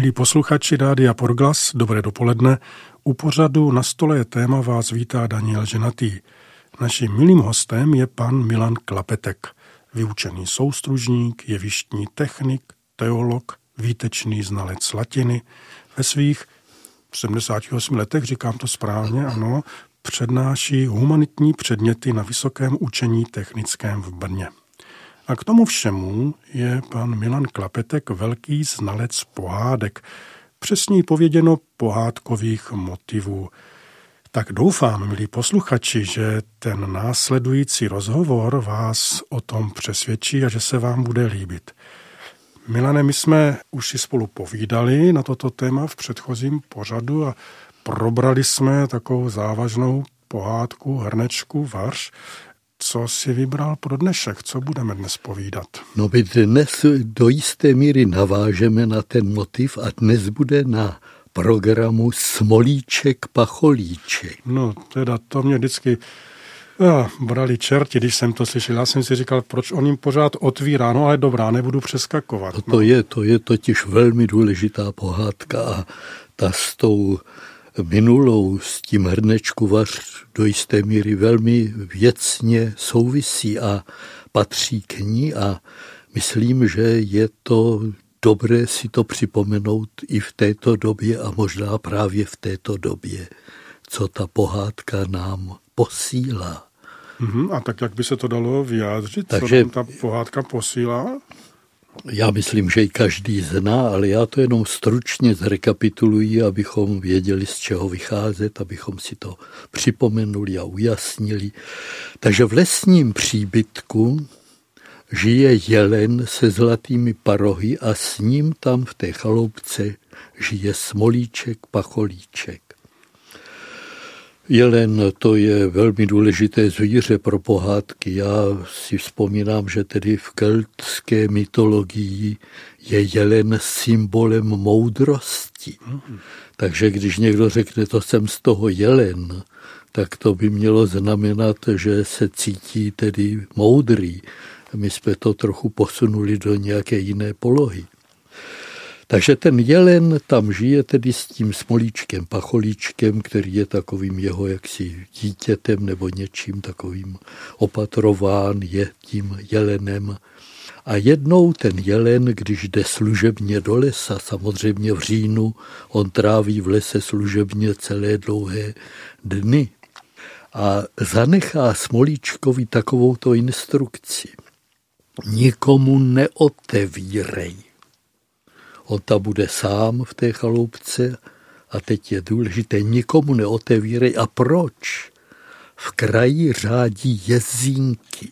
Milí posluchači Rádia Porglas, dobré dopoledne. U pořadu Na stole je téma vás vítá Daniel Ženatý. Naším milým hostem je pan Milan Klapetek, vyučený soustružník, jevištní technik, teolog, výtečný znalec latiny. Ve svých 78 letech, říkám to správně, ano, přednáší humanitní předměty na Vysokém učení technickém v Brně. A k tomu všemu je pan Milan Klapetek velký znalec pohádek, přesněji pověděno pohádkových motivů. Tak doufám, milí posluchači, že ten následující rozhovor vás o tom přesvědčí a že se vám bude líbit. Milane, my jsme už si spolu povídali na toto téma v předchozím pořadu a probrali jsme takovou závažnou pohádku Hrnečku Vař. Co si vybral pro dnešek? Co budeme dnes povídat? No my dnes do jisté míry navážeme na ten motiv a dnes bude na programu Smolíček Pacholíček. No teda to mě vždycky brali čerti, když jsem to slyšel. Já jsem si říkal, proč on jim pořád otvírá, no ale dobrá, nebudu přeskakovat. No. To je totiž velmi důležitá pohádka a ta s tou minulou, s tím Hrnečku Vař do jisté míry velmi věcně souvisí a patří k ní a myslím, že je to dobré si to připomenout i v této době a možná právě v této době, co ta pohádka nám posílá. A tak jak by se to dalo vyjádřit, takže, co nám ta pohádka posílá? Já myslím, že ji každý zná, ale já to jenom stručně zrekapituluji, abychom věděli, z čeho vycházet, abychom si to připomenuli a ujasnili. Takže v lesním příbytku žije jelen se zlatými parohy a s ním tam v té chaloupce žije Smolíček Pacholíček. Jelen, to je velmi důležité zvíře pro pohádky. Já si vzpomínám, že tedy v keltské mytologii je jelen symbolem moudrosti. Takže když někdo řekne, to jsem z toho jelen, tak to by mělo znamenat, že se cítí tedy moudrý. My jsme to trochu posunuli do nějaké jiné polohy. Takže ten jelen tam žije tedy s tím Smolíčkem Pacholíčkem, který je takovým jeho jaksi dítětem nebo něčím takovým opatrován, je tím jelenem. A jednou ten jelen, když jde služebně do lesa, samozřejmě v říjnu, on tráví v lese služebně celé dlouhé dny a zanechá Smolíčkovi takovouto instrukci. Nikomu neotevírej. On tam bude sám v té chaloupce a teď je důležité, nikomu neotevírej. A proč? V kraji řádí jezínky.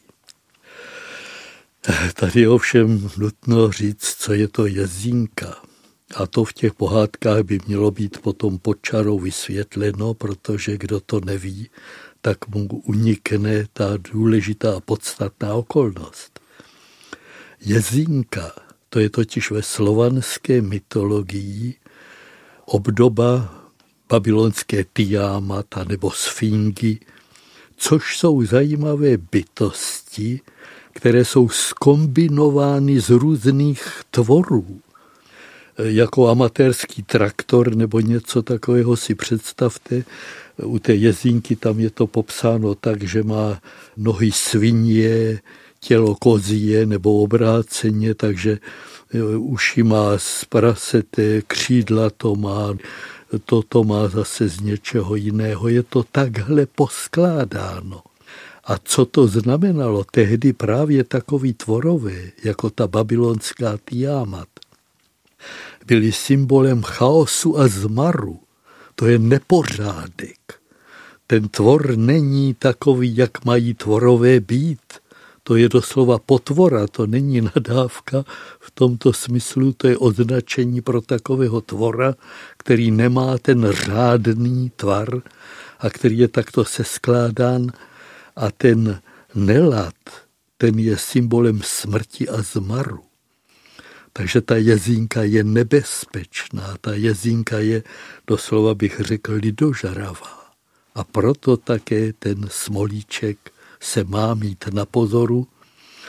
Tady je ovšem nutno říct, co je to jezínka. A to v těch pohádkách by mělo být potom pod čarou vysvětleno, protože kdo to neví, tak mu unikne ta důležitá podstatná okolnost. Jezínka, to je totiž ve slovanské mytologii obdoba babylonské Tiamata nebo Sfingy, což jsou zajímavé bytosti, které jsou zkombinovány z různých tvorů. Jako amatérský traktor nebo něco takového si představte. U té jezínky tam je to popsáno tak, že má nohy svině, tělo kozie nebo obráceně, takže uši má z prasete, křídla to má zase z něčeho jiného. Je to takhle poskládáno. A co to znamenalo tehdy právě takový tvorové, jako ta babylonská Tiamat, byli symbolem chaosu a zmaru. To je nepořádek. Ten tvor není takový, jak mají tvorové být. To je doslova potvora, to není nadávka v tomto smyslu, to je označení pro takového tvora, který nemá ten řádný tvar a který je takto seskládán a ten nelad, ten je symbolem smrti a zmaru. Takže ta jezínka je nebezpečná, ta jezínka je, doslova bych řekl, lidožravá. A proto také ten Smolíček se má mít na pozoru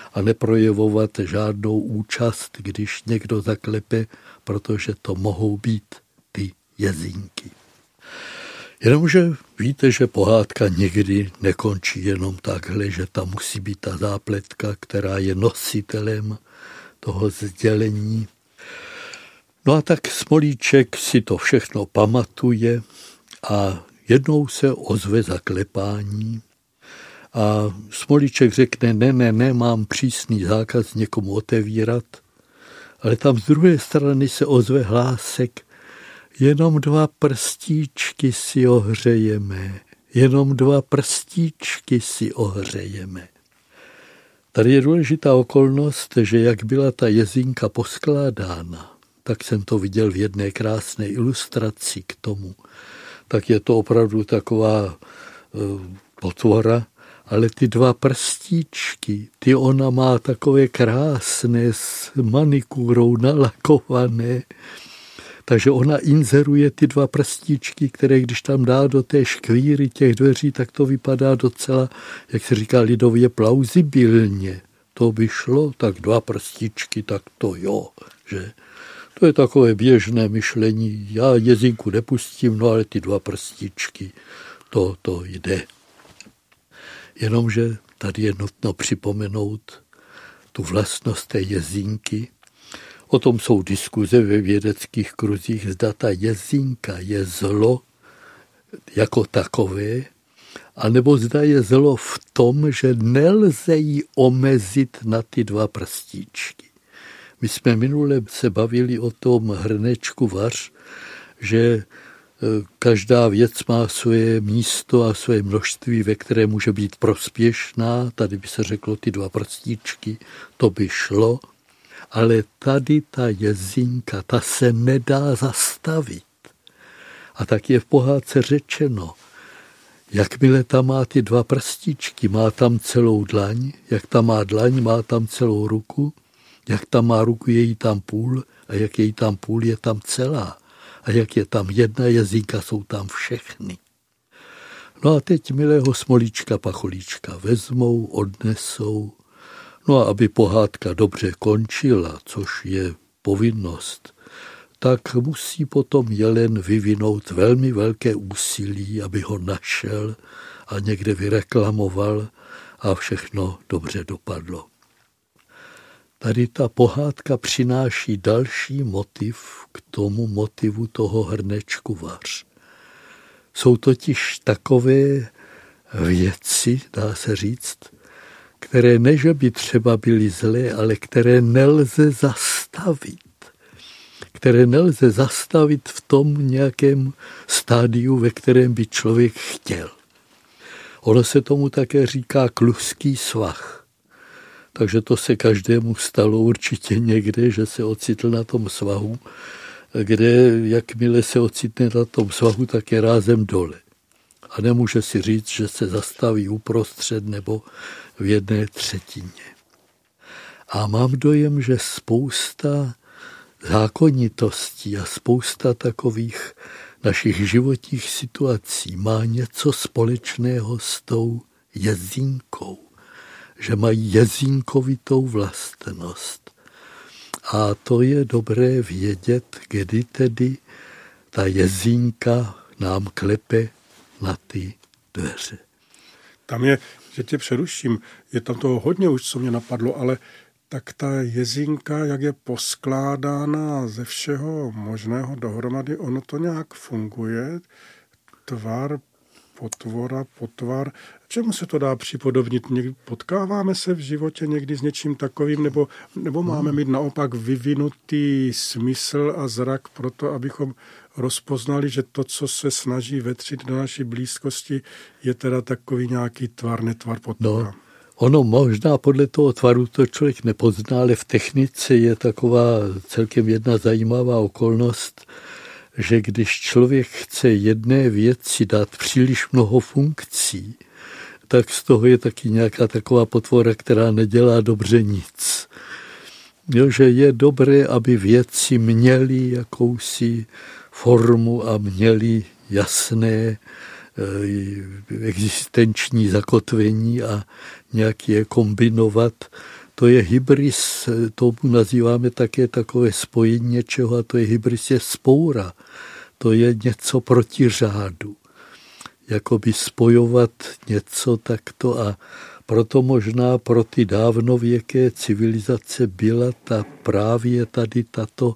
a neprojevovat žádnou účast, když někdo zaklepe, protože to mohou být ty jezínky. Jenomže víte, že pohádka někdy nekončí jenom takhle, že tam musí být ta zápletka, která je nositelem toho sdělení. No a tak Smolíček si to všechno pamatuje a jednou se ozve zaklepání a Smolíček řekne, ne, mám přísný zákaz někomu otevírat, ale tam z druhé strany se ozve hlásek, jenom 2 prstíčky si ohřejeme, jenom 2 prstíčky si ohřejeme. Tady je důležitá okolnost, že jak byla ta jezínka poskládána, tak jsem to viděl v jedné krásné ilustraci k tomu, tak je to opravdu taková potvora, ale ty 2 prstíčky, ty ona má takové krásné s manikúrou nalakované, takže ona inzeruje ty 2 prstíčky, které když tam dá do té škvíry těch dveří, tak to vypadá docela, jak se říká lidově, plauzibilně. To by šlo, tak 2 prstíčky, tak to jo, že? To je takové běžné myšlení. Já jezínku nepustím, no ale ty 2 prstíčky, to jde. Jenomže tady je nutno připomenout tu vlastnost té jezínky. O tom jsou diskuze ve vědeckých kruzích, zda ta jezínka je zlo jako takové, anebo zda je zlo v tom, že nelze ji omezit na ty 2 prstíčky. My jsme minule se bavili o tom hrnečku vař, že každá věc má svoje místo a svoje množství, ve které může být prospěšná. Tady by se řeklo ty 2 prstíčky, to by šlo. Ale tady ta jezínka, ta se nedá zastavit. A tak je v pohádce řečeno, jakmile tam má ty 2 prstíčky, má tam celou dlaň, jak tam má dlaň, má tam celou ruku, jak tam má ruku, je jí tam půl a jak je jí tam půl, je tam celá. A jak je tam jedna jezínka, jsou tam všechny. No a teď milého Smolíčka Pacholíčka vezmou, odnesou. No a aby pohádka dobře končila, což je povinnost, tak musí potom jelen vyvinout velmi velké úsilí, aby ho našel a někde vyreklamoval a všechno dobře dopadlo. Tady ta pohádka přináší další motiv k tomu motivu toho hrnečku vař. Jsou totiž takové věci, dá se říct, které ne, že by třeba byly zlé, ale které nelze zastavit. Které nelze zastavit v tom nějakém stádiu, ve kterém by člověk chtěl. Ono se tomu také říká kluský svah. Takže to se každému stalo určitě někde, že se ocitl na tom svahu, kde jakmile se ocitne na tom svahu, tak je rázem dole. A nemůže si říct, že se zastaví uprostřed nebo v 1/3. A mám dojem, že spousta zákonitostí a spousta takových našich životních situací má něco společného s tou jezínkou. Že mají jezínkovitou vlastnost. A to je dobré vědět, kdy tedy ta jezínka nám klepe na ty dveře. Tam je, že tě přeruším, je tam toho hodně už, co mě napadlo, ale tak ta jezínka, jak je poskládána ze všeho možného dohromady, ono to nějak funguje, tvar, potvora, potvar. Čemu se to dá připodobnit? Potkáváme se v životě někdy s něčím takovým, nebo máme mít naopak vyvinutý smysl a zrak pro to, abychom rozpoznali, že to, co se snaží vetřit do naší blízkosti, je teda takový nějaký tvar, netvar, potvora. No, ono možná podle toho tvaru to člověk nepozná, ale v technice je taková celkem jedna zajímavá okolnost, že když člověk chce jedné věci dát příliš mnoho funkcí, tak z toho je taky nějaká taková potvora, která nedělá dobře nic. Jo, že je dobré, aby věci měly jakousi formu a měly jasné existenční zakotvení a nějak je kombinovat, To je hybris, tomu nazýváme také takové spojení něčeho, a to je hybris, je spoura. To je něco proti řádu. Jakoby spojovat něco takto, a proto možná pro ty dávnověké civilizace byla právě tady tato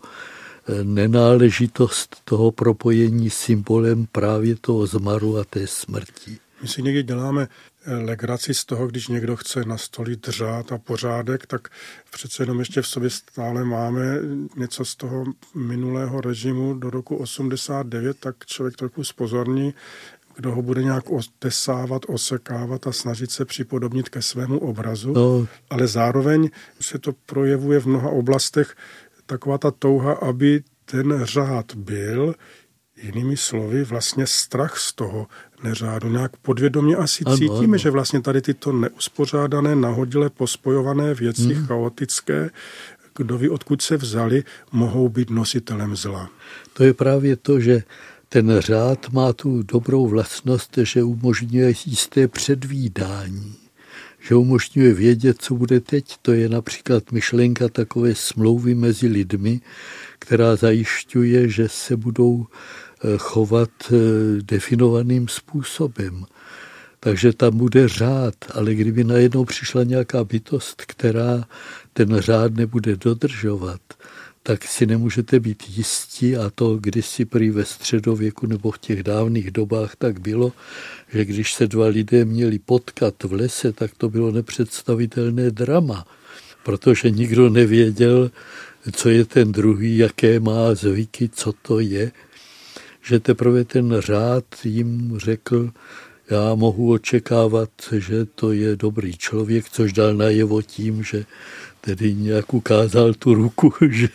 nenáležitost toho propojení symbolem právě toho zmaru a té smrti. My si někdy děláme legraci z toho, když někdo chce nastolit řád a pořádek, tak přece jenom ještě v sobě stále máme něco z toho minulého režimu do roku 89, tak člověk trochu zpozorní, kdo ho bude nějak otesávat, osekávat a snažit se připodobnit ke svému obrazu. No. Ale zároveň se to projevuje v mnoha oblastech taková ta touha, aby ten řád byl, jinými slovy, vlastně strach z toho neřádu. Nějak podvědomě asi cítíme, že vlastně tady tyto neuspořádané, nahodile pospojované věci, chaotické, kdo ví, odkud se vzali, mohou být nositelem zla. To je právě to, že ten řád má tu dobrou vlastnost, že umožňuje jisté předvídání, že umožňuje vědět, co bude teď. To je například myšlenka takové smlouvy mezi lidmi, která zajišťuje, že se budou chovat definovaným způsobem. Takže tam bude řád, ale kdyby najednou přišla nějaká bytost, která ten řád nebude dodržovat, tak si nemůžete být jistí, a to kdysi prý ve středověku nebo v těch dávných dobách tak bylo, že když se dva lidé měli potkat v lese, tak to bylo nepředstavitelné drama, protože nikdo nevěděl, co je ten druhý, jaké má zvyky, co to je, že teprve ten řád jim řekl, já mohu očekávat, že to je dobrý člověk, což dal najevo tím, že tedy nějak ukázal tu ruku,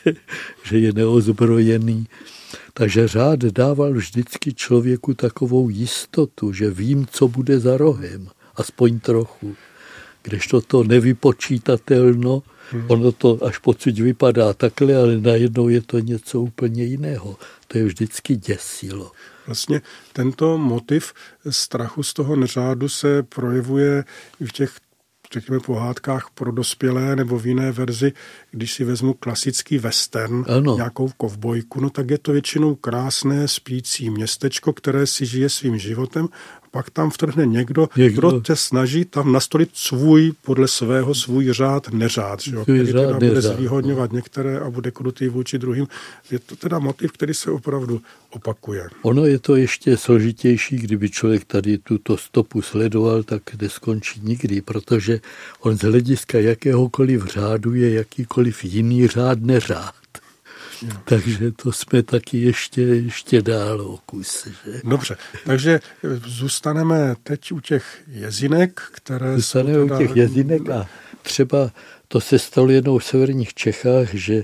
že je neozbrojený. Takže řád dával vždycky člověku takovou jistotu, že vím, co bude za rohem, aspoň trochu. Kdežto to nevypočítatelno, ono to až pocit vypadá takhle, ale najednou je to něco úplně jiného. To je vždycky děsilo. Vlastně tento motiv strachu z toho neřádu se projevuje v těch, řekněme, pohádkách pro dospělé nebo v jiné verzi, když si vezmu klasický western, nějakou kovbojku, no tak je to většinou krásné spící městečko, které si žije svým životem, a pak tam vtrhne někdo, kdo se snaží tam nastolit podle svého svůj řád, neřád, že jo, který teda bude zvýhodňovat některé a bude krutý vůči druhým. Je to teda motiv, který se opravdu opakuje. Ono je to ještě složitější, kdyby člověk tady tuto stopu sledoval, tak neskončí nikdy, protože on z hlediska jakéhokoliv řádu je jakýkoliv jiný řád neřád. Jo. Takže to jsme taky ještě dál o kus. Že? Dobře, takže zůstaneme teď u těch jezinek, které zůstaneme u těch jezinek a třeba to se stalo jednou v severních Čechách, že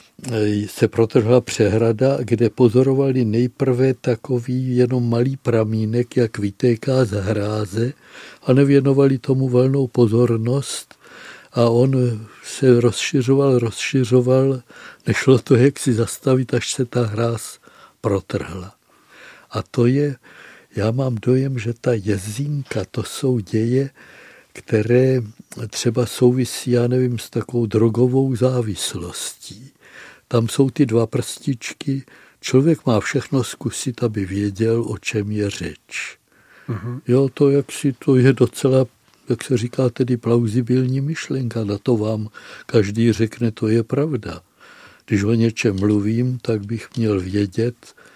se protrhla přehrada, kde pozorovali nejprve takový jenom malý pramínek, jak vytéká z hráze, a nevěnovali tomu valnou pozornost, a on se rozšiřoval, nešlo to jaksi zastavit, až se ta hráz protrhla. A to je, já mám dojem, že ta jezínka, to jsou děje, které třeba souvisí, já nevím, s takovou drogovou závislostí. Tam jsou ty dva prstičky, člověk má všechno zkusit, aby věděl, o čem je řeč. Jo, to jaksi to je docela, jak se říká, tedy plauzibilní myšlenka, na to vám každý řekne, to je pravda. Když o něčem mluvím, tak bych měl vědět,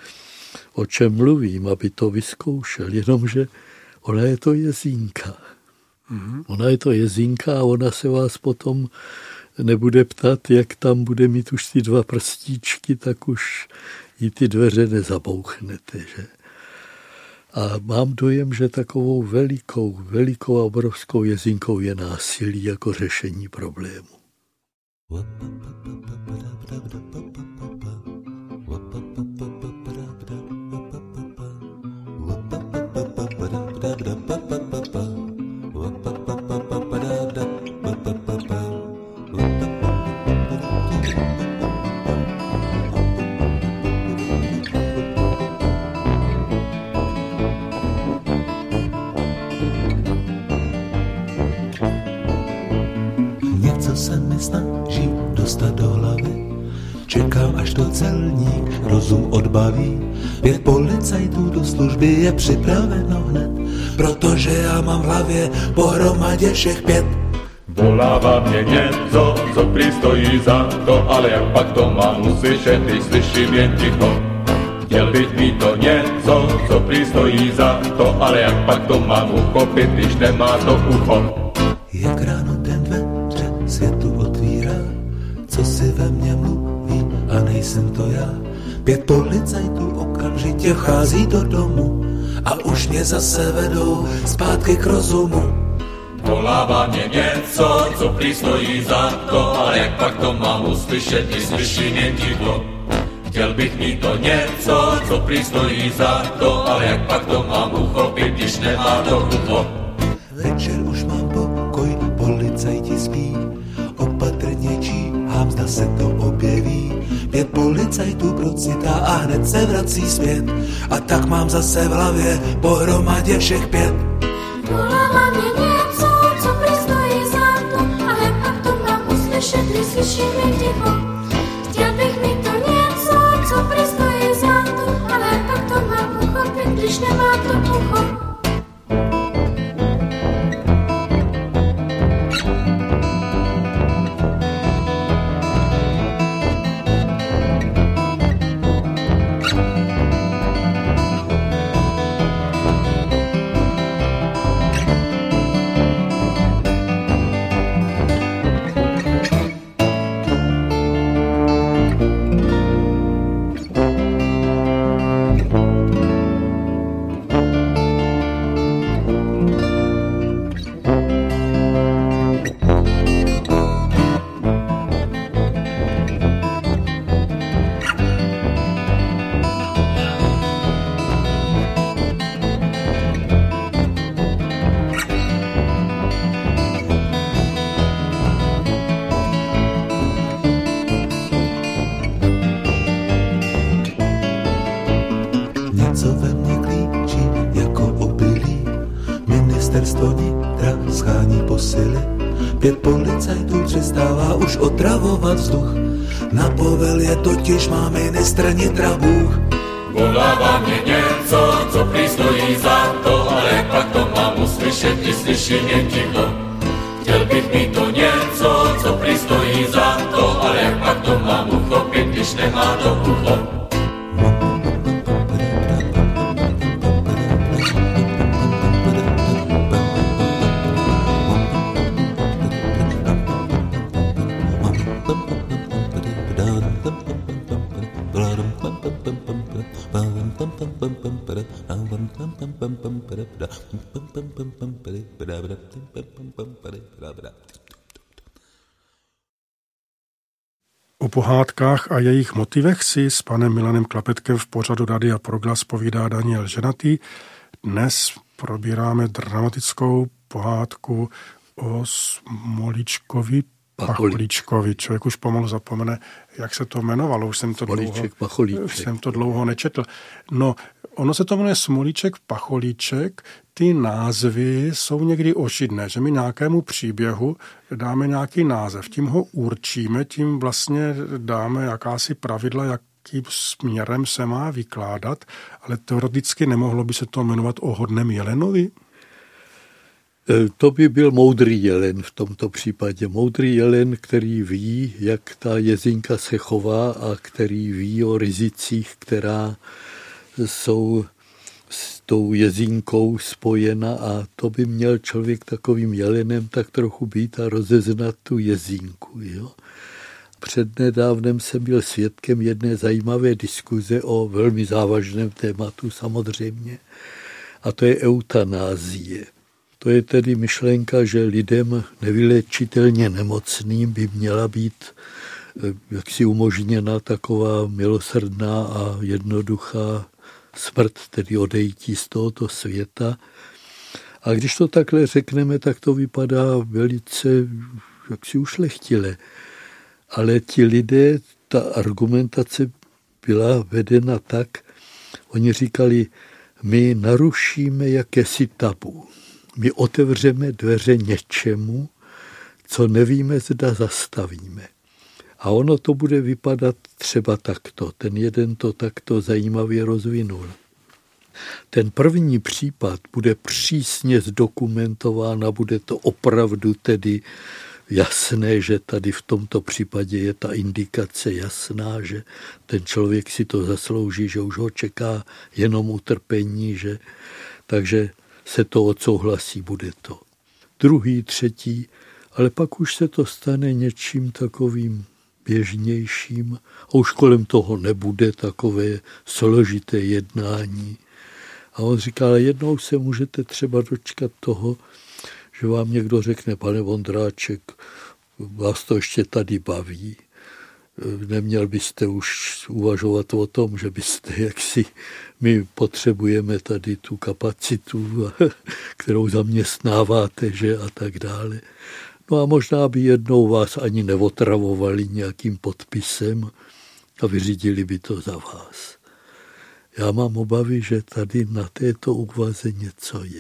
o čem mluvím, aby to vyzkoušel, jenomže ona je to jezínka. Ona je to jezínka a ona se vás potom nebude ptat, jak tam bude mít už ty dva prstíčky, tak už jí ty dveře nezabouchnete, že? A mám dojem, že takovou velikou a obrovskou jezínkou je násilí jako řešení problému. Něco jsem mi snaží dostat do hlavy. Čekám, až to celník rozum odbaví. 5 policajtů do služby je připraveno hned, protože já mám v hlavě pohromadě všech 5. Volává mě něco, co prý stojí za to, ale jak pak to mám uslyšet, když slyším jen ticho. Chtěl bych mít to něco, co prý stojí za to, ale jak pak to mám uchopit, když nemá to ucho. Jak ráno ten dveře světu otvírá, co si ve mně mluví a nejsem to já. 5 policajtů okamžitě vchází do domu a už mě zase vedou zpátky k rozumu. Volává mě něco, co prý stojí za to, ale jak pak to mám uslyšet, když slyším jen ticho. Chtěl bych mít to něco, co prý stojí za to, ale jak pak to mám uchopit, když nemá to ucho. Večer už mám pokoj, policajti spí, opatrně číhám, zda se to objeví. 5 policajtů procitá a hned se vrací zpět, a tak mám zase v hlavě pohromadě všech 5. Volává mě něco, co prý stojí za to, ale pak to mám uslyšet, když slyším jen ticho. Chtěl bych mít to něco, co prý stojí za to, ale pak to mám uchopit, když nemá to ucho. Něco ve mně klíčí jako obilí, ministerstvo vnitra schání posily. 5 policajtů přestává už otravovat vzduch, na povelě totiž má ministr vnitra Bůh. Volává mě něco, co prý stojí za to, ale jak pak to mám uslyšet, když slyším jen ticho. Chtěl bych mít to něco, co prý stojí za to, ale jak pak to mám uchopit, když nemá to ucho. O pohádkách a jejich motivech si s panem Milanem Klapetkem v pořadu Rádia Proglas povídá Daniel Ženatý. Dnes probíráme dramatickou pohádku o Smolíčkovi Pacholíčkovi. Člověk už pomalu zapomene, jak se to jmenovalo. Už jsem to dlouho nečetl. No, ono se to jmenuje Smolíček Pacholíček. Ty názvy jsou někdy ošidné, že my nějakému příběhu dáme nějaký název. Tím ho určíme, tím vlastně dáme jakási pravidla, jakým směrem se má vykládat, ale teoreticky nemohlo by se to jmenovat o hodném jelenovi? To by byl moudrý jelen v tomto případě. Moudrý jelen, který ví, jak ta jezinka se chová a který ví o rizicích, která jsou s tou jezinkou spojena, a to by měl člověk takovým jelenem tak trochu být a rozeznat tu jezínku. Jo? Přednedávnem jsem byl svědkem jedné zajímavé diskuze o velmi závažném tématu samozřejmě, a to je eutanázie. To je tedy myšlenka, že lidem nevylečitelně nemocným by měla být jaksi umožněna taková milosrdná a jednoduchá smrt, tedy odejítí z tohoto světa. A když to takhle řekneme, tak to vypadá velice jaksi ušlechtile. Ale ti lidé, ta argumentace byla vedena tak, oni říkali, my narušíme jakési tabu. My otevřeme dveře něčemu, co nevíme, zda zastavíme. A ono to bude vypadat třeba takto. Ten jeden to takto zajímavě rozvinul. Ten první případ bude přísně zdokumentován a bude to opravdu tedy jasné, že tady v tomto případě je ta indikace jasná, že ten člověk si to zaslouží, že už ho čeká jenom utrpení, že takže se to odsouhlasí, bude to. Druhý, třetí, ale pak už se to stane něčím takovým běžnějším a už kolem toho nebude takové složité jednání. A on říká, ale jednou se můžete třeba dočkat toho, že vám někdo řekne, pane Vondráček, vás to ještě tady baví. Neměl byste už uvažovat o tom, že byste jaksi, my potřebujeme tady tu kapacitu, kterou zaměstnáváte, že a tak dále. No a možná by jednou vás ani neotravovali nějakým podpisem a vyřídili by to za vás. Já mám obavy, že tady na této úvaze něco je.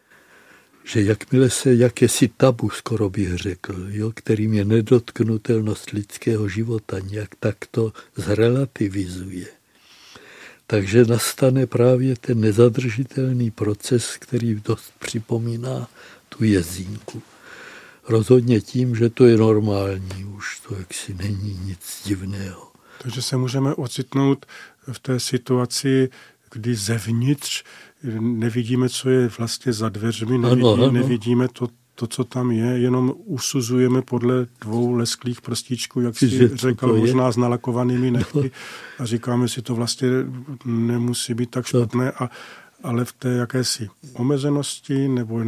Že jakmile se jakési tabu, skoro bych řekl, jo, kterým je nedotknutelnost lidského života, nějak takto zrelativizuje. Takže nastane právě ten nezadržitelný proces, který dost připomíná tu jezínku. Rozhodně tím, že to je normální, už to jaksi není nic divného. Takže se můžeme ocitnout v té situaci, kdy zevnitř nevidíme, co je vlastně za dveřmi, nevidíme to, co tam je, jenom usuzujeme podle dvou lesklých prstíčků, jak si řekl, možná s nalakovanými nechty a říkáme si, to vlastně nemusí být tak špatné, ale v té jakési omezenosti, nebo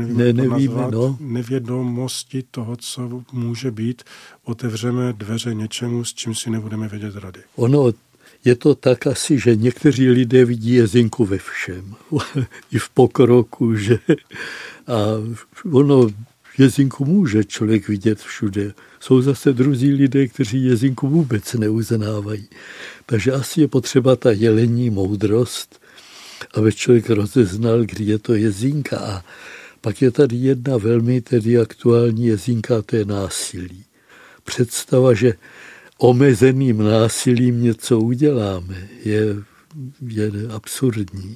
nevědomosti toho, co může být, otevřeme dveře něčemu, s čím si nebudeme vědět rady. Ono je to tak asi, že někteří lidé vidí jezinku ve všem, i v pokroku, že a ono jezinku může člověk vidět všude. Jsou zase druzí lidé, kteří jezinku vůbec neuznávají. Takže asi je potřeba ta jelení moudrost, aby člověk rozeznal, kdy je to jezínka. A pak je tady jedna velmi tedy aktuální jezínka, to je násilí. Představa, že omezeným násilím něco uděláme, je absurdní.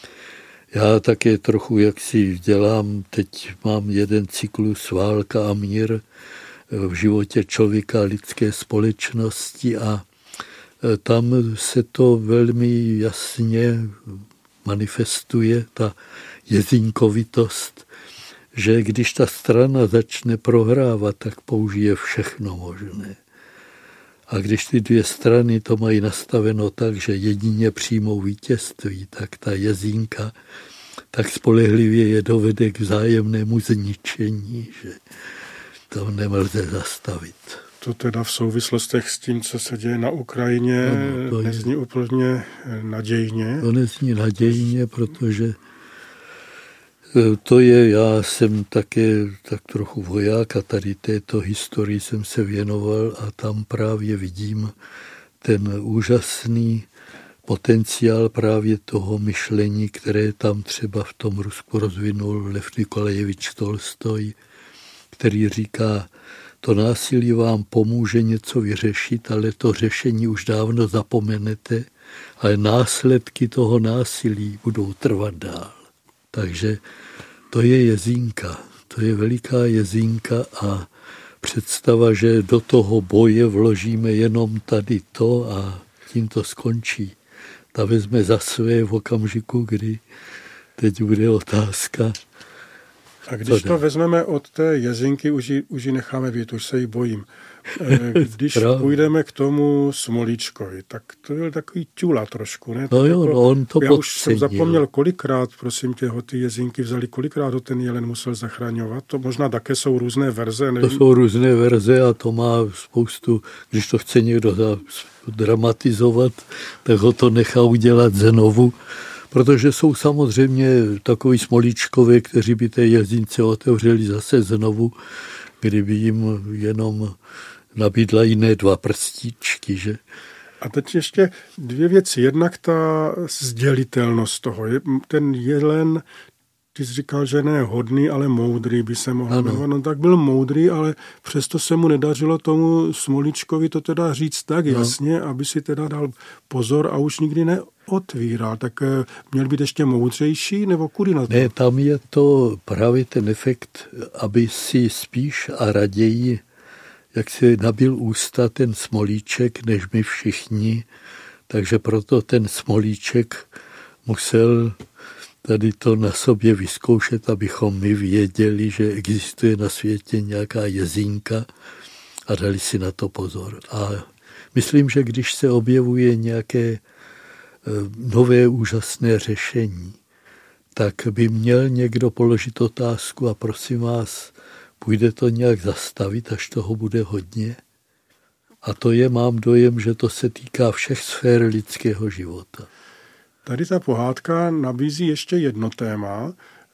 Já také trochu jaksi dělám, teď mám jeden cyklus Válka a mír v životě člověka a lidské společnosti a tam se to velmi jasně manifestuje, ta jezínkovitost, že když ta strana začne prohrávat, tak použije všechno možné. A když ty dvě strany to mají nastaveno tak, že jedině přijmou vítězství, tak ta jezínka tak spolehlivě je dovede k vzájemnému zničení, že to nelze zastavit. To teda v souvislostech s tím, co se děje na Ukrajině, nezní úplně nadějně. To nezní nadějně, protože to je, já jsem také tak trochu voják a tady této historii jsem se věnoval a tam právě vidím ten úžasný potenciál právě toho myšlení, které tam třeba v tom Rusku rozvinul Lev Nikolajevič Tolstoj, který říká, to násilí vám pomůže něco vyřešit, ale to řešení už dávno zapomenete, ale následky toho násilí budou trvat dál. Takže to je jezínka, to je veliká jezínka a představa, že do toho boje vložíme jenom tady to a tím to skončí. Ta vezme za své v okamžiku, kdy teď bude otázka. A když to vezmeme od té jezínky, už ji necháme být, už se jí bojím. Když půjdeme k tomu Smolíčkovi, tak to byl takový ťula trošku, ne? No jo, no on to já už jsem zapomněl, kolikrát, prosím tě, ho ty jezínky vzali, kolikrát ho ten jelen musel zachraňovat. To možná také jsou různé verze. Nevím. To jsou různé verze a to má spoustu, když to chce někdo dramatizovat, tak ho to nechá udělat znovu. Protože jsou samozřejmě takový Smolíčkové, kteří by té jezínce otevřeli zase znovu, kdyby jim jenom nabídla jiné dva prstíčky, že? A teď ještě dvě věci. Jednak ta sdělitelnost toho. Ten jelen, ty jsi říkal, že ne hodný, ale moudrý by se mohl jmenovat. No tak byl moudrý, ale přesto se mu nedařilo tomu Smolíčkovi to teda říct tak jasně, aby si teda dal pozor a už nikdy neotvíral. Tak měl být ještě moudřejší, nebo kudy na to? Ne, tam je to právě ten efekt, aby si spíš a raději, jak si nabil ústa ten Smolíček, než my všichni. Takže proto ten Smolíček musel tady to na sobě vyzkoušet, abychom my věděli, že existuje na světě nějaká jezínka a dali si na to pozor. A myslím, že když se objevuje nějaké nové úžasné řešení, tak by měl někdo položit otázku a prosím vás, půjde to nějak zastavit, až toho bude hodně? A to mám dojem, že to se týká všech sfér lidského života. Tady ta pohádka nabízí ještě jedno téma.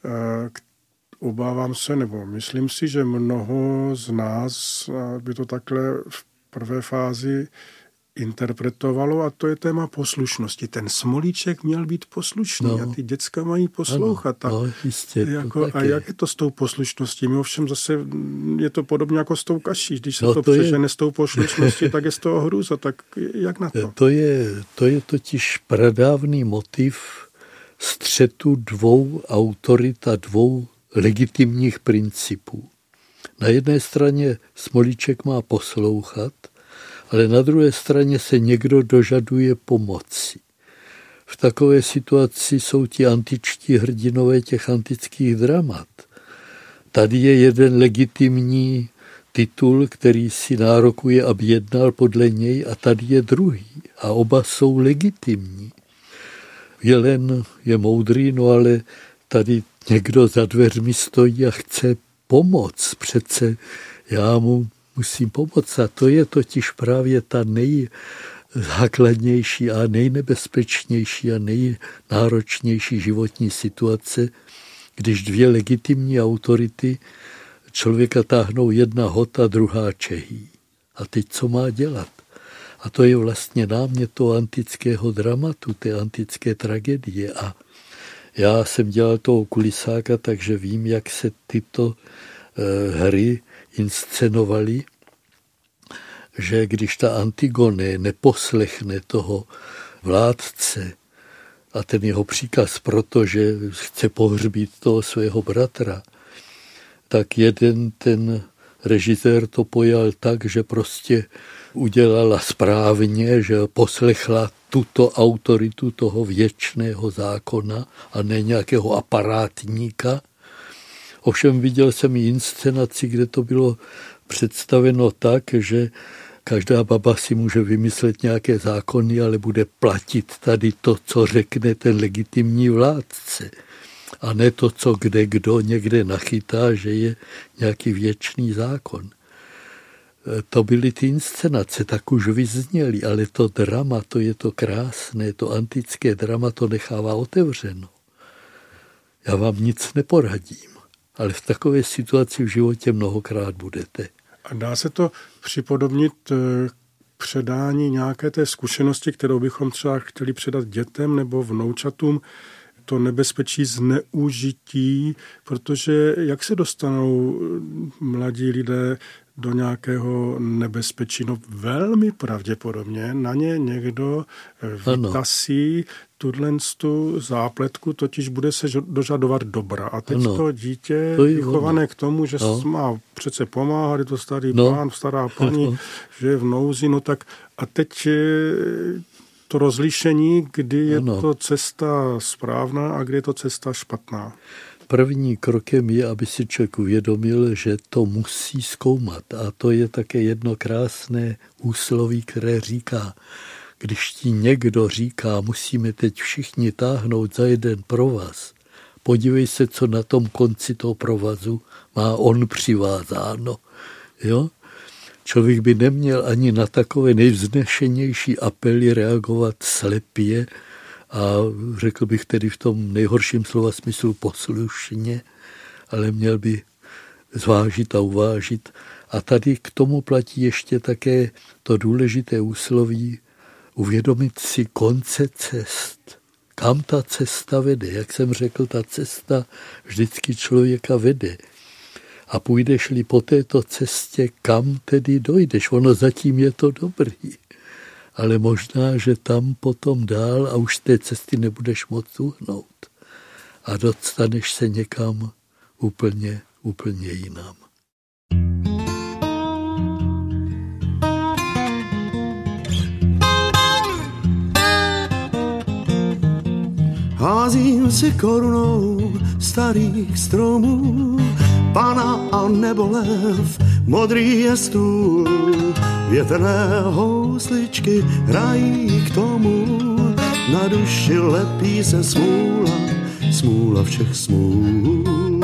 Obávám se, nebo myslím si, že mnoho z nás by to takhle v prvé fázi interpretovalo, a to je téma poslušnosti. Ten Smolíček měl být poslušný a ty děcka mají poslouchat. Jistě, a jak je to s tou poslušností? My ovšem zase je to podobně jako s tou kaší. Když se to přežene s tou poslušností, tak je z toho hrůza. Tak jak na to? To je totiž pradávný motiv střetu dvou autorit a dvou legitimních principů. Na jedné straně Smolíček má poslouchat, ale na druhé straně se někdo dožaduje pomoci. V takové situaci jsou ti antičtí hrdinové těch antických dramat. Tady je jeden legitimní titul, který si nárokuje, aby jednal podle něj, a tady je druhý. A oba jsou legitimní. Jelen je moudrý, no ale tady někdo za dveřmi stojí a chce pomoct. Přece já mu musím pomoct. A to je totiž právě ta nejzákladnější a nejnebezpečnější a nejnáročnější životní situace, když dvě legitimní autority člověka táhnou jedna hota, druhá čehý. A teď co má dělat? A to je vlastně námět toho antického dramatu, té antické tragédie. A já jsem dělal toho kulisáka, takže vím, jak se tyto hry inscenovali, že když ta Antigone neposlechne toho vládce a ten jeho příkaz, protože chce pohřbít toho svého bratra, tak jeden ten režisér to pojal tak, že prostě udělala správně, že poslechla tuto autoritu toho věčného zákona a ne nějakého aparátníka. Ovšem viděl jsem i inscenaci, kde to bylo představeno tak, že každá baba si může vymyslet nějaké zákony, ale bude platit tady to, co řekne ten legitimní vládce. A ne to, co kde kdo někde nachytá, že je nějaký věčný zákon. To byly ty inscenace, tak už vyzněly, ale to drama, to je to krásné, to antické drama to nechává otevřeno. Já vám nic neporadím, ale v takové situaci v životě mnohokrát budete. A dá se to připodobnit k předání nějaké té zkušenosti, kterou bychom třeba chtěli předat dětem nebo vnoučatům, to nebezpečí zneužití, protože jak se dostanou mladí lidé do nějakého nebezpečí? No velmi pravděpodobně na ně někdo vytasí tu zápletku, totiž bude se dožadovat dobra. A teď to dítě vychované k tomu, že má přece pomáhat, je to starý pán, stará paní, že je v nouzi, no tak a teď to rozlišení, kdy je to cesta správná a kdy je to cesta špatná. První krokem je, aby si člověk uvědomil, že to musí zkoumat. A to je také jedno krásné úsloví, které říká, když ti někdo říká, musíme teď všichni táhnout za jeden provaz, podívej se, co na tom konci toho provazu má on přivázáno. Jo? Člověk by neměl ani na takové nejvznešenější apely reagovat slepě a řekl bych tedy v tom nejhorším slova smyslu poslušně, ale měl by zvážit a uvážit. A tady k tomu platí ještě také to důležité úsloví uvědomit si konce cest. kam ta cesta vede. Jak jsem řekl, ta cesta vždycky člověka vede. A půjdeš-li po této cestě, kam tedy dojdeš? Ono zatím je to dobrý. Ale možná, že tam potom dál a už z té cesty nebudeš moct uhnout. A dostaneš se někam úplně jinam. Házím si korunou starých stromů, pana a nebo lev, modrý je stůl. Větrné housličky hrají k tomu, na duši lepí se smůla, smůla všech smůl.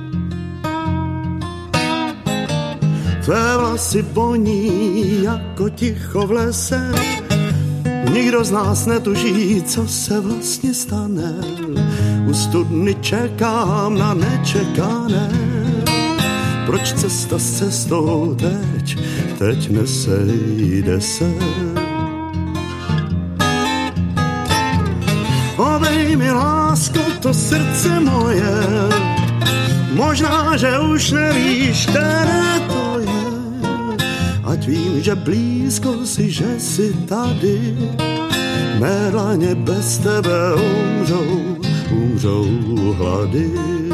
Tvé vlasy voní jako ticho v lese, nikdo z nás netuší, co se vlastně stane. U studny čekám na nečekané. Proč cesta s cestou teď nesejde se? Obej mi, lásko, to srdce moje, možná, že už nevíš, které to je. Ať vím, že blízko si, že jsi tady, mé dlaně bez tebe umřou hlady.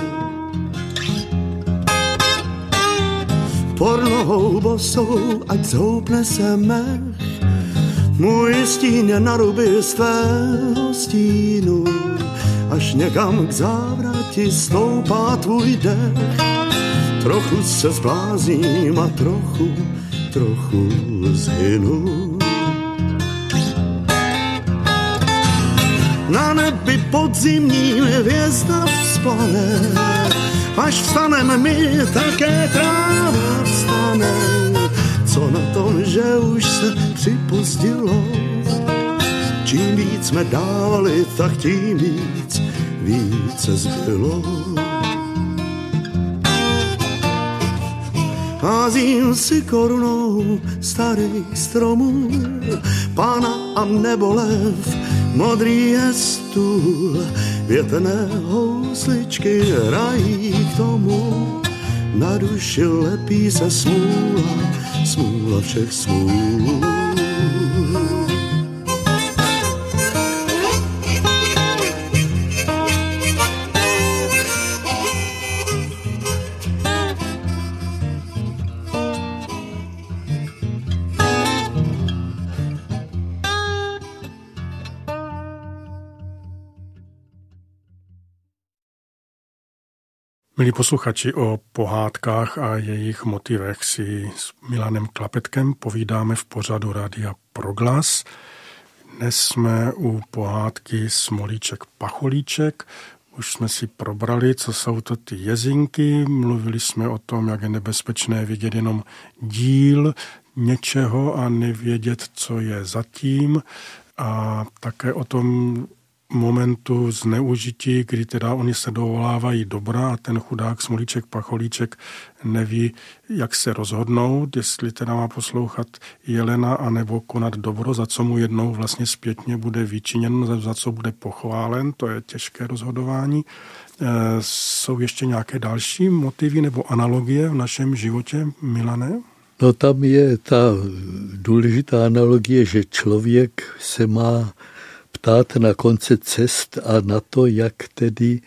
Pod nohou bosou, ať zhoupne se mech, můj stín je na ruby z tvého stínu, až někam k závrati stoupá tvůj dech. Trochu se zblázním a trochu zhynu. Na nebi podzimním hvězda vzplane, až vstanem my, také tráva vstane. Co na tom, že už se připozdilo, čím víc jsme dávali, tak tím více zbylo. Házím si korunou starých stromů, pana a nebo lev, modrý je stůl. Větrné housličky hrají k tomu, na duši lepí se smůla, smůla všech smůl. Milí posluchači, o pohádkách a jejich motivech si s Milanem Klapetkem povídáme v pořadu Rádia Proglas. Dnes jsme u pohádky Smolíček Pacholíček. Už jsme si probrali, co jsou to ty jezinky. Mluvili jsme o tom, jak je nebezpečné vidět jenom díl něčeho a nevědět, co je zatím. A také o tom momentu zneužití, kdy teda oni se dovolávají dobra a ten chudák Smolíček Pacholíček neví, jak se rozhodnout, jestli teda má poslouchat Jelena anebo konat dobro, za co mu jednou vlastně zpětně bude vyčiněno, za co bude pochválen, to je těžké rozhodování. Jsou ještě nějaké další motivy nebo analogie v našem životě, Milane? No tam je ta důležitá analogie, že člověk se má ptát na konce cest a na to, jak tedy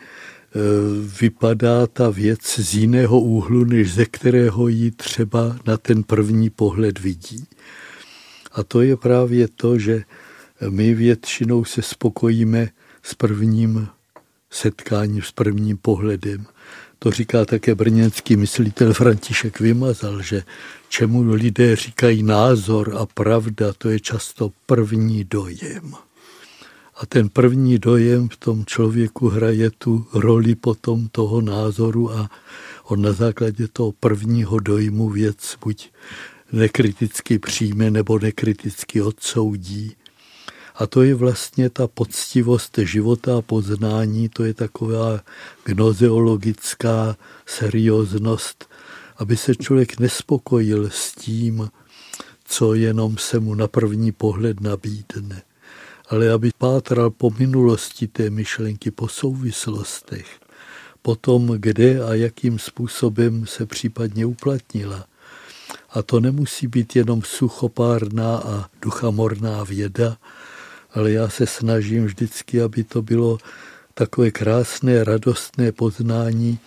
vypadá ta věc z jiného úhlu, než ze kterého ji třeba na ten první pohled vidí. A to je právě to, že my většinou se spokojíme s prvním setkáním, s prvním pohledem. To říká také brněnský myslitel František Vymazal, že čemu lidé říkají názor a pravda, to je často první dojem. A ten první dojem v tom člověku hraje tu roli potom toho názoru a on na základě toho prvního dojmu věc buď nekriticky přijme nebo nekriticky odsoudí. A to je vlastně ta poctivost života a poznání, to je taková gnozeologická serióznost, aby se člověk nespokojil s tím, co jenom se mu na první pohled nabídne. ale aby pátral po minulosti té myšlenky, po souvislostech, po tom, kde a jakým způsobem se případně uplatnila. A to nemusí být jenom suchopárná a duchamorná věda, ale já se snažím vždycky, aby to bylo takové krásné, radostné poznání.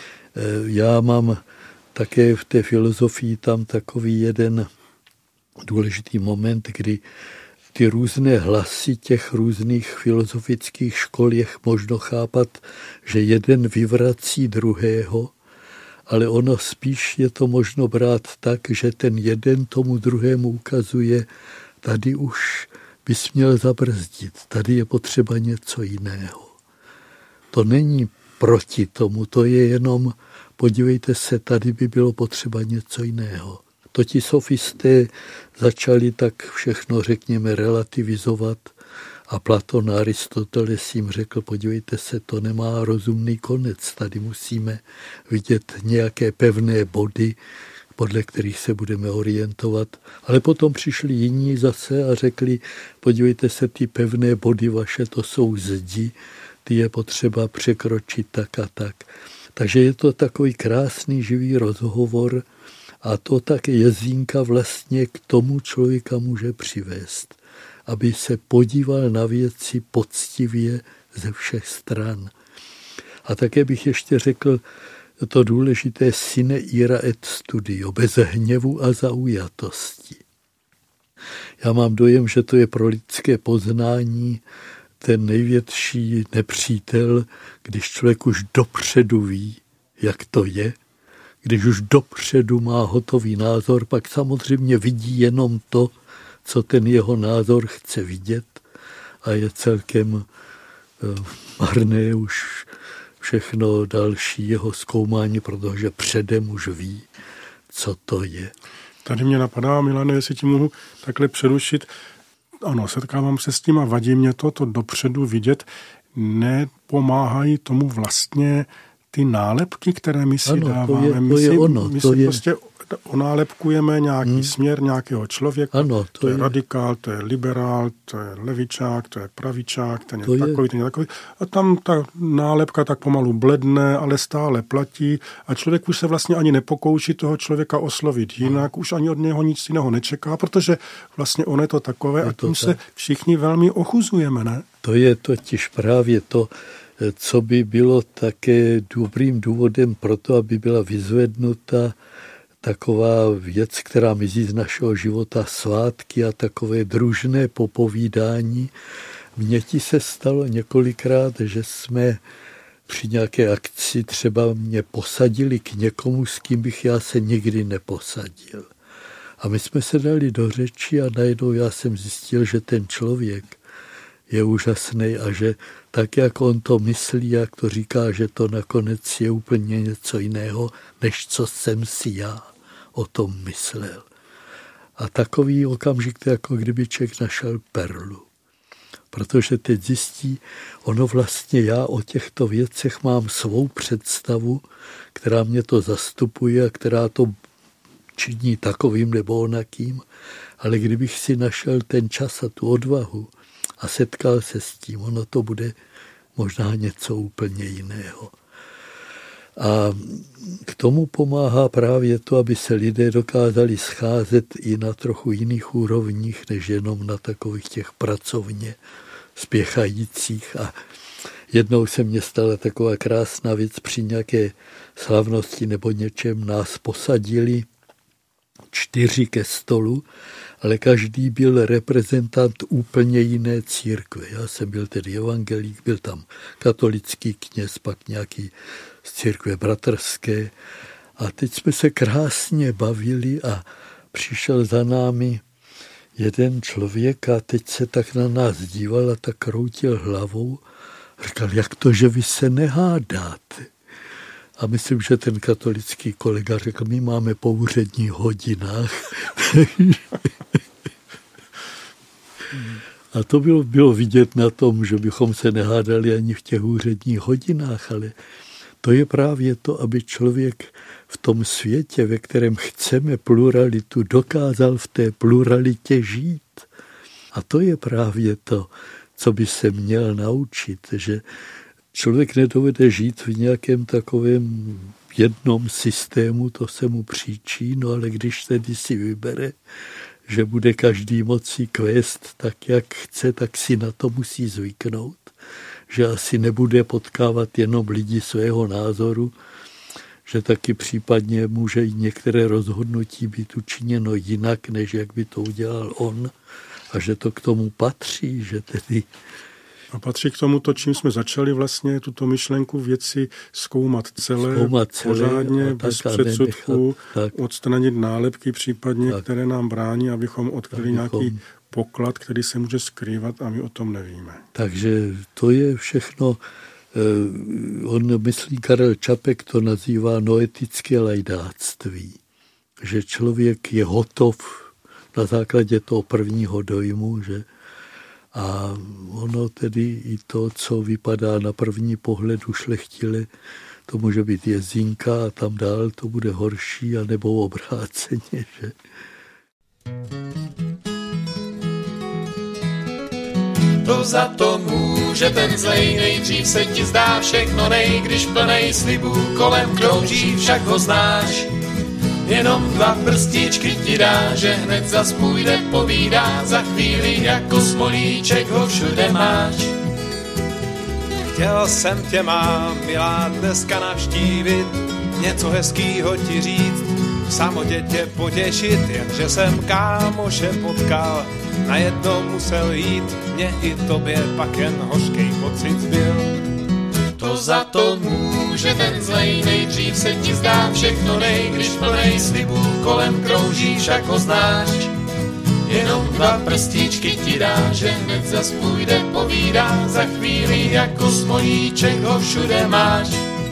Já mám také v té filozofii tam takový jeden důležitý moment, kdy ty různé hlasy těch různých filozofických škol je možno chápat, že jeden vyvrací druhého, ale ono spíš je to možno brát tak, že ten jeden tomu druhému ukazuje, tady už bys měl zabrzdit, tady je potřeba něco jiného. To není proti tomu, to je jenom, podívejte se, tady by bylo potřeba něco jiného. To ti sofisté začali tak všechno, řekněme, relativizovat a Platon a Aristoteles jim řekl, podívejte se, to nemá rozumný konec, tady musíme vidět nějaké pevné body, podle kterých se budeme orientovat. Ale potom přišli jiní zase a řekli, podívejte se, ty pevné body vaše, to jsou zdi, ty je potřeba překročit tak a tak. Takže je to takový krásný živý rozhovor a to tak jezínka vlastně k tomu člověka může přivést, aby se podíval na věci poctivě ze všech stran. A také bych ještě řekl to důležité sine ira et studio, bez hněvu a zaujatosti. Já mám dojem, že to je pro lidské poznání ten největší nepřítel, když člověk už dopředu ví, jak to je, když už dopředu má hotový názor, pak samozřejmě vidí jenom to, co ten jeho názor chce vidět a je celkem marné už všechno další jeho zkoumání, protože předem už ví, co to je. Tady mě napadá, Milane, jestli ti mohu takhle přerušit. Ano, setkávám se s tím a vadí mě to dopředu vidět. Nepomáhají tomu vlastně ty nálepky, které my si dáváme. My si prostě onálepkujeme nějaký směr nějakého člověka. Ano, to je radikál, to je liberál, to je levičák, to je pravičák, ten je takový, ten je takový. A tam ta nálepka tak pomalu bledne, ale stále platí a člověk už se vlastně ani nepokouší toho člověka oslovit jinak, už ani od něho nic jiného nečeká, protože vlastně on je to takové a tím se všichni velmi ochuzujeme, ne? To je totiž právě to, co by bylo také dobrým důvodem pro to, aby byla vyzvednuta taková věc, která mizí z našeho života, svátky a takové družné popovídání. Mně ti se stalo několikrát, že jsme při nějaké akci třeba mě posadili k někomu, s kým bych já se nikdy neposadil. A my jsme se dali do řeči a najednou já jsem zjistil, že ten člověk je úžasný a že tak, jak on to myslí, jak to říká, že to nakonec je úplně něco jiného, než co jsem si já o tom myslel. A takový okamžik, to jako kdyby člověk našel perlu. Protože teď zjistí, ono vlastně já o těchto věcech mám svou představu, která mě to zastupuje a která to činí takovým nebo onakým, ale kdybych si našel ten čas a tu odvahu a setkal se s tím, ono to bude možná něco úplně jiného. A k tomu pomáhá právě to, aby se lidé dokázali scházet i na trochu jiných úrovních, než jenom na takových těch pracovně spěchajících. A jednou se mně stala taková krásná věc při nějaké slavnosti nebo něčem. Nás posadili 4 ke stolu, ale každý byl reprezentant úplně jiné církve. Já jsem byl tedy evangelík, byl tam katolický kněz, pak nějaký z církve bratrské. A teď jsme se krásně bavili a přišel za námi jeden člověk a teď se tak na nás díval a tak kroutil hlavou. Říkal, jak to, že vy se nehádáte? A myslím, že ten katolický kolega řekl, my máme po úředních hodinách. A to bylo vidět na tom, že bychom se nehádali ani v těch úředních hodinách, ale to je právě to, aby člověk v tom světě, ve kterém chceme pluralitu, dokázal v té pluralitě žít. A to je právě to, co by se měl naučit, že člověk nedovede žít v nějakém takovém jednom systému, to se mu příčí, no ale když tedy si vybere, že bude každý moci kvést tak, jak chce, tak si na to musí zvyknout, že asi nebude potkávat jenom lidi svého názoru, že taky případně může i některé rozhodnutí být učiněno jinak, než jak by to udělal on, a že to k tomu patří, že tedy... A patří k tomu to, čím jsme začali vlastně tuto myšlenku věci zkoumat celé pořádně, bez předsudků, odstranit nálepky případně, které nám brání, abychom odkryli nějaký poklad, který se může skrývat a my o tom nevíme. Takže to je všechno, on myslí, Karel Čapek to nazývá noetické lajdáctví, že člověk je hotov na základě toho prvního dojmu, že a ono tedy i to, co vypadá na první pohled ušlechtile, to může být jezinka a tam dál to bude horší, anebo obráceně, že? To za to může ten zlej, nejdřív se ti zdá všechno nej, když plnej slibů kolem krouží, však ho znáš. Jenom 2 prstíčky ti dá, že hned zas půjde, povídá, za chvíli jako smolíček ho všude máš. Chtěl jsem tě, má milá, dneska navštívit, něco hezkýho ti říct, v samotě tě potěšit, jenže jsem kámoše potkal, najednou musel jít, mě i tobě pak jen hořkej pocit zbyl. To za to může ten zlej, nejdřív se ti zdá všechno nej, když plnej slibů kolem krouží, však ho znáš. Jenom 2 prstíčky ti dá, že hned zas půjde, povídá, za chvíli jako smolíček ho všude máš.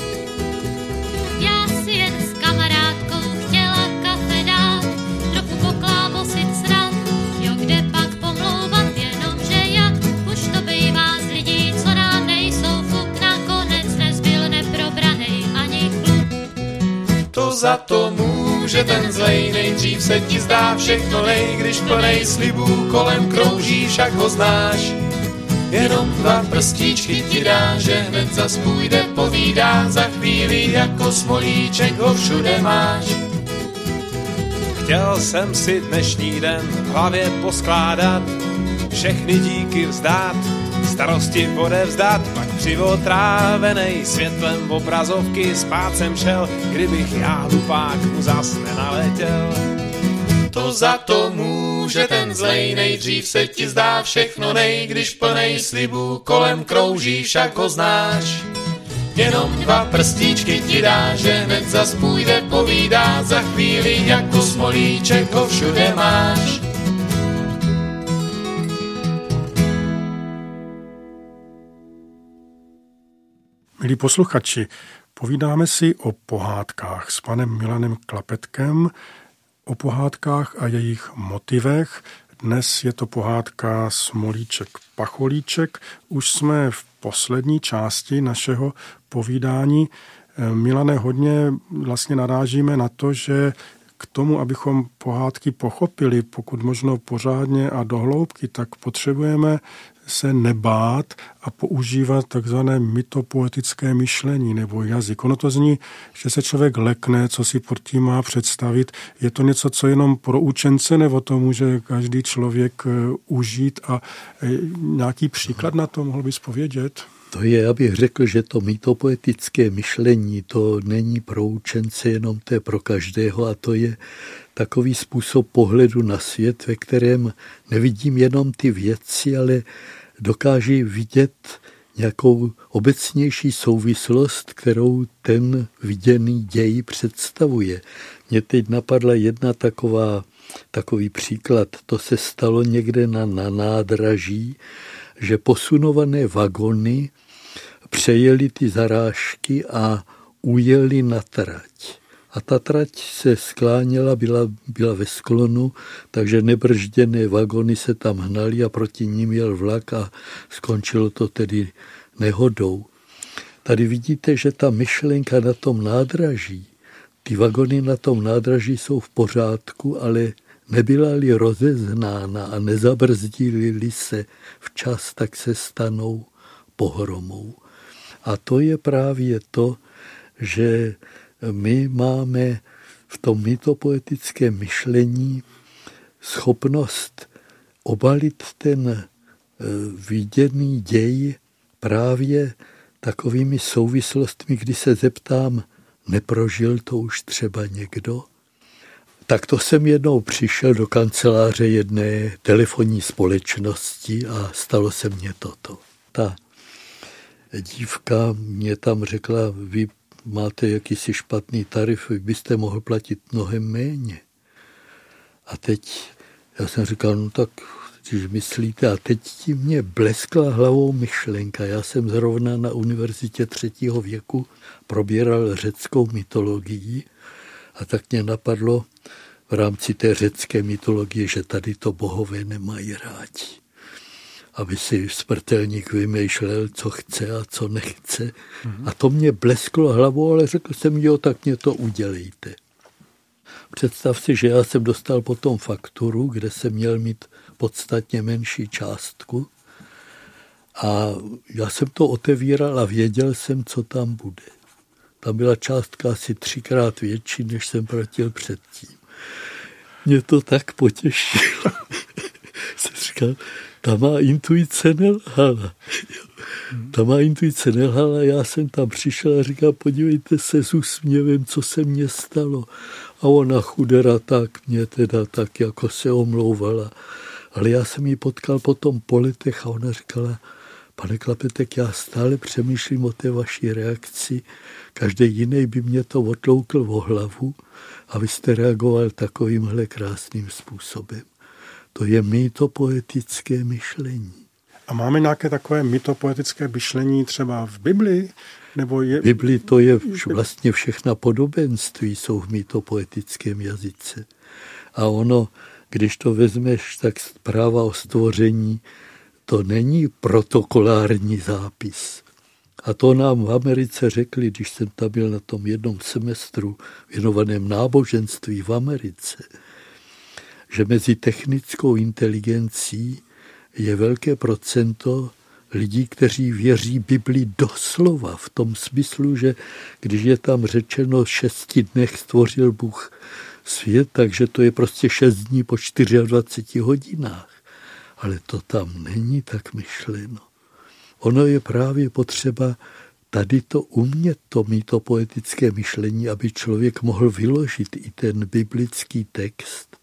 Já si jen s kamarádkou chtěla kafe dát, trochu poklábosit snad, jo kde pak pomlouvat, jenomže jak už to bývá z lidí, co nám nejsou fuk, nakonec nezbyl neprobranej ani chlub. To za to může ten zlej, nejdřív se ti zdá všechno nej, když plnej slibů kolem krouží, však ho znáš. Jenom 2 prstíčky ti dá, že hned zas půjde, povídá, za chvíli jako smolíček ho všude máš. Chtěl jsem si dnešní den v hlavě poskládat, všechny díky vzdát, starosti odevzdat, pak přivotrávenej světlem obrazovky spát jsem šel, kdybych já hlupák mu zas nenaletěl. To za to může ten zlej, nejdřív se ti zdá všechno nej, když plnej slibů kolem krouží, však ho znáš. Jenom 2 prstíčky ti dá, že hned zas půjde, povídá, za chvíli jako smolíček ho všude máš. Milí posluchači, povídáme si o pohádkách s panem Milanem Klapetkem, o pohádkách a jejich motivech. Dnes je to pohádka Smolíček Pacholíček. Už jsme v poslední části našeho povídání. Milane, hodně vlastně narážíme na to, že k tomu, abychom pohádky pochopili, pokud možno pořádně a do hloubky, tak potřebujeme se nebát a používat takzvané mytopoetické myšlení nebo jazyk. Ono to zní, že se člověk lekne, co si pod tím má představit. Je to něco, co jenom pro učence, nebo to může každý člověk užít a nějaký příklad na to mohl bys povědět? To je, abych řekl, že to mytopoetické myšlení, to není pro učence, jenom to je pro každého a to je takový způsob pohledu na svět, ve kterém nevidím jenom ty věci, ale dokáží vidět nějakou obecnější souvislost, kterou ten viděný děj představuje. Mně teď napadla jedna takový příklad. To se stalo někde na nádraží, že posunované vagony přejeli ty zarážky a ujeli na trať. A ta trať se skláněla, byla ve sklonu, takže nebržděné vagony se tam hnaly a proti ním jel vlak a skončilo to tedy nehodou. Tady vidíte, že ta myšlenka na tom nádraží, ty vagony na tom nádraží jsou v pořádku, ale nebyla-li rozeznána a nezabrzdili se včas, tak se stanou pohromou. A to je právě to, že my máme v tom mýtopoetickém myšlení schopnost obalit ten viděný děj právě takovými souvislostmi, kdy se zeptám, neprožil to už třeba někdo? Tak to jsem jednou přišel do kanceláře jedné telefonní společnosti a stalo se mně toto. Ta dívka mě tam řekla, vy máte jakýsi špatný tarif, vy byste mohl platit mnohem méně. A teď já jsem říkal, no tak, když myslíte, a teď ti mě bleskla hlavou myšlenka. Já jsem zrovna na univerzitě 3. věku probíral řeckou mytologii a tak mě napadlo v rámci té řecké mytologie, že tady to bohové nemají rádi. Aby si smrtelník vymýšlel, co chce a co nechce. A to mě blesklo hlavou, ale řekl jsem, jo, tak mě to udělejte. Představ si, že já jsem dostal potom fakturu, kde jsem měl mít podstatně menší částku a já jsem to otevíral a věděl jsem, co tam bude. Tam byla částka asi 3krát větší, než jsem platil předtím. Mě to tak potěšilo. Jsem říkal, ta má intuice nelhala. Ta má intuice nelhala, já jsem tam přišel a říkal, podívejte se s úsměvem, co se mně stalo. A ona chudera tak mě teda tak jako se omlouvala. Ale já jsem ji potkal potom po letech a ona říkala, pane Klapetek, já stále přemýšlím o té vaší reakci. Každý jiný by mě to otloukl o hlavu a vy jste reagoval takovýmhle krásným způsobem. To je mýtopoetické myšlení. A máme nějaké takové mýtopoetické myšlení třeba v Biblii? Nebo je... V Biblii to je vlastně všechna podobenství jsou v mýtopoetickém jazyce. A ono, když to vezmeš, tak zpráva o stvoření, to není protokolární zápis. A to nám v Americe řekli, když jsem tam byl na tom jednom semestru věnovaném náboženství v Americe, že mezi technickou inteligencí je velké procento lidí, kteří věří Biblii doslova v tom smyslu, že když je tam řečeno 6 dnech stvořil Bůh svět, takže to je prostě 6 dní po 24 hodinách. Ale to tam není tak myšleno. Ono je právě potřeba tady to umět, to mýtopoetické myšlení, aby člověk mohl vyložit i ten biblický text.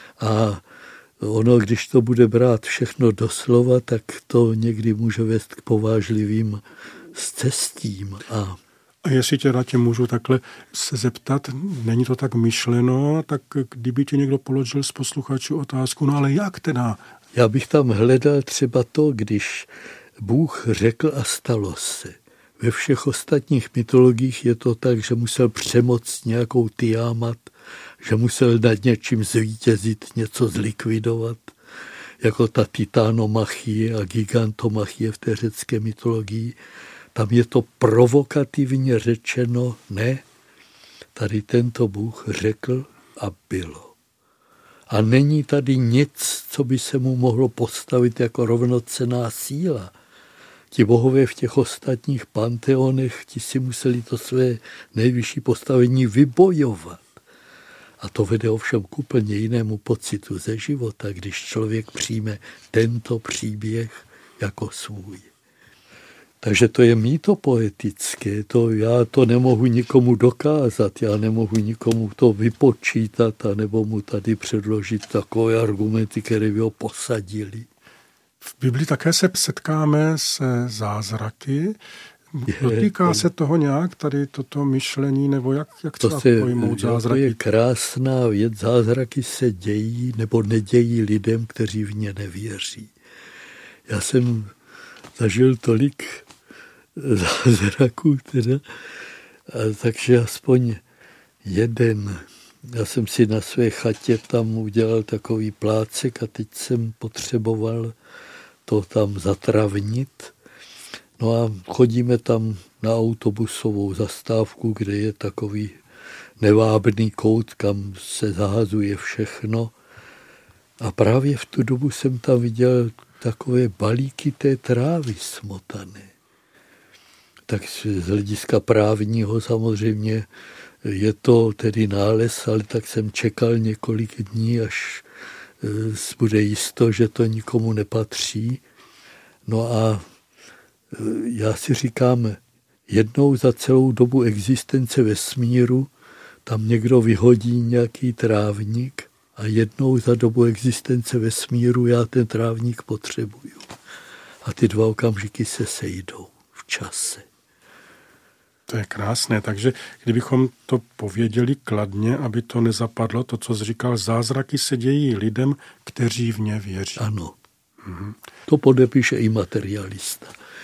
A ono, když to bude brát všechno doslova, tak to někdy může vést k povážlivým scestím. A jestli tě můžu takhle se zeptat, není to tak myšleno, tak kdyby ti někdo položil z posluchačů otázku, no ale jak teda? Já bych tam hledal třeba to, když Bůh řekl a stalo se. Ve všech ostatních mytologiích je to tak, že musel přemoct nějakou Tiamat, že musel nad něčím zvítězit, něco zlikvidovat, jako ta titánomachie a gigantomachie v té řecké mytologii. Tam je to provokativně řečeno, ne, tady tento Bůh řekl a bylo. A není tady nic, co by se mu mohlo postavit jako rovnocenná síla. Ti bohové v těch ostatních panteonech, ti si museli to své nejvyšší postavení vybojovat. A to vede ovšem k úplně jinému pocitu ze života, když člověk přijme tento příběh jako svůj. Takže to je mýtopoetické, já to nemohu nikomu dokázat, já nemohu nikomu to vypočítat, anebo mu tady předložit takové argumenty, které by ho posadili. V Biblii také se setkáme se zázraky. Dotýká se toho nějak, tady toto myšlení, nebo jak třeba pojmout zázraky? To je krásná věc, zázraky se dějí nebo nedějí lidem, kteří v ně nevěří. Já jsem zažil tolik zázraků, takže aspoň jeden. Já jsem si na své chatě tam udělal takový plácek a teď jsem potřeboval to tam zatravnit. No a chodíme tam na autobusovou zastávku, kde je takový nevábný kout, kam se zahazuje všechno. A právě v tu dobu jsem tam viděl takové balíky té trávy smotané. Tak z hlediska právního samozřejmě je to tedy nález, ale tak jsem čekal několik dní, až bude jisto, že to nikomu nepatří. No a já si říkám, jednou za celou dobu existence vesmíru tam někdo vyhodí nějaký trávník a jednou za dobu existence vesmíru já ten trávník potřebuju. A ty dva okamžiky se sejdou v čase. To je krásné, takže kdybychom to pověděli kladně, aby to nezapadlo, to, co jsi říkal, zázraky se dějí lidem, kteří v ně věří. Ano, to podepíše i materialista.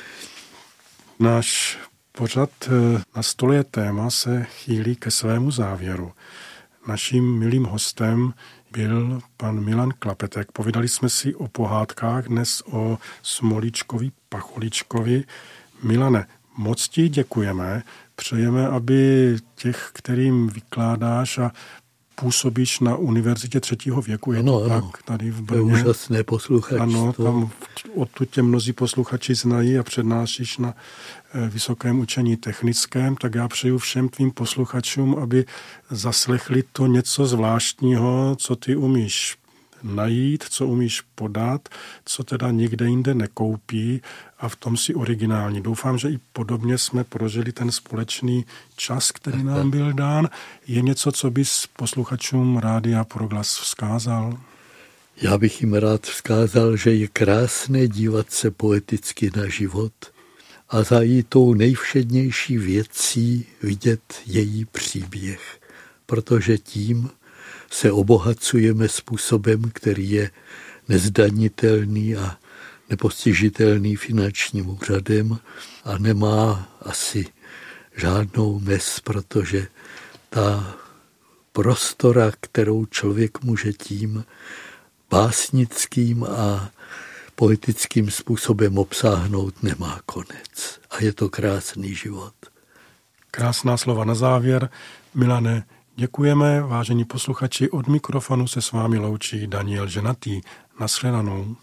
Náš pořad Na stole je téma se chýlí ke svému závěru. Naším milým hostem byl pan Milan Klapetek. Povídali jsme si o pohádkách, dnes o Smolíčkovi, Pacholíčkovi. Milane, moc ti děkujeme. Přejeme, aby těch, kterým vykládáš a působíš na Univerzitě 3. věku, je to tak, tady v Brně. To je úžasné posluchačstvo. Ano, tam odtud tě mnozí posluchači znají a přednášíš na Vysokém učení technickém, tak já přeju všem tvým posluchačům, aby zaslechli to něco zvláštního, co ty umíš najít, co umíš podat, co teda nikde jinde nekoupí a v tom si originální. Doufám, že i podobně jsme prožili ten společný čas, který nám byl dán. Je něco, co bys posluchačům Rádia Proglas vzkázal? Já bych jim rád vzkázal, že je krásné dívat se poeticky na život a za jí tou nejvšednější věcí vidět její příběh, protože tím se obohacujeme způsobem, který je nezdanitelný a nepostižitelný finančním úřadem a nemá asi žádnou mez, protože ta prostora, kterou člověk může tím básnickým a poetickým způsobem obsáhnout, nemá konec. A je to krásný život. Krásná slova na závěr. Milane, děkujeme, vážení posluchači, od mikrofonu se s vámi loučí Daniel Ženatý. Nashledanou.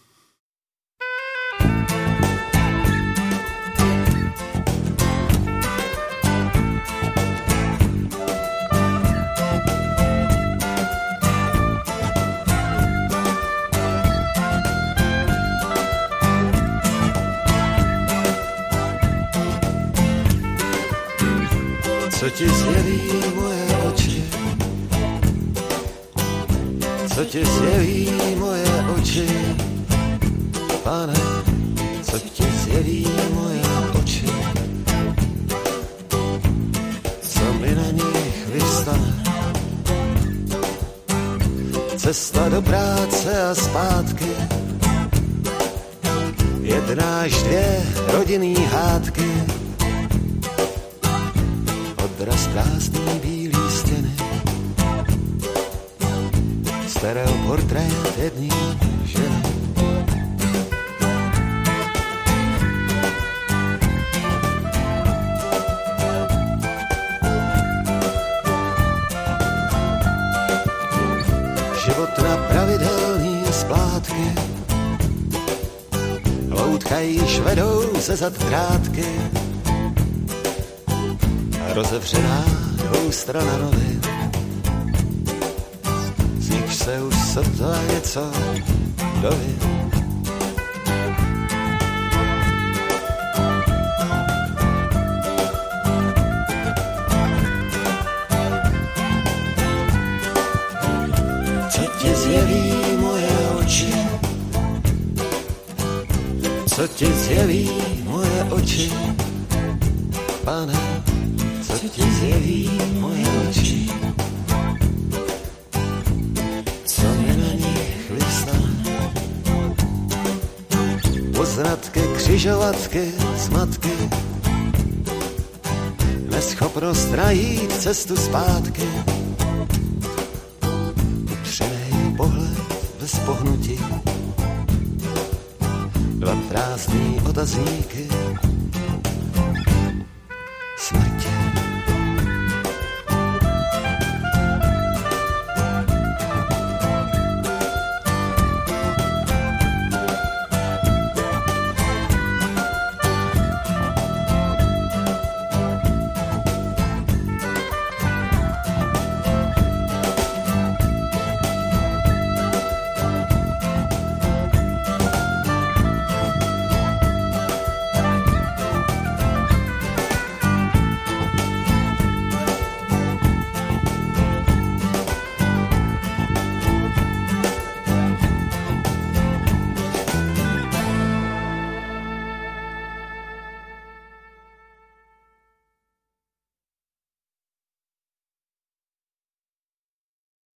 Co ti zjeví moje oči? Co ti zjeví moje oči? Pane, co ti zjeví moje oči? Co mi na nich vystane? Cesta do práce a zpátky, jedna až dvě rodinný hádky, odraz prázdný bílý stěny, stereoportrét jedný ženy. Život na pravidelný splátky, loutka již vedou se zad vrátky, rozevřená dvoustrana novin, z nich se už sotva něco dovím. Co ti zjeví moje oči? Co ti zjeví moje oči? Pane, co ti zjeví moje oči? Co mi na nich vystane? Pozratky, křižovatky, zmatky, neschopnost najít cestu zpátky, upřenej pohled bez pohnutí, dva prázdný otazníky, smrt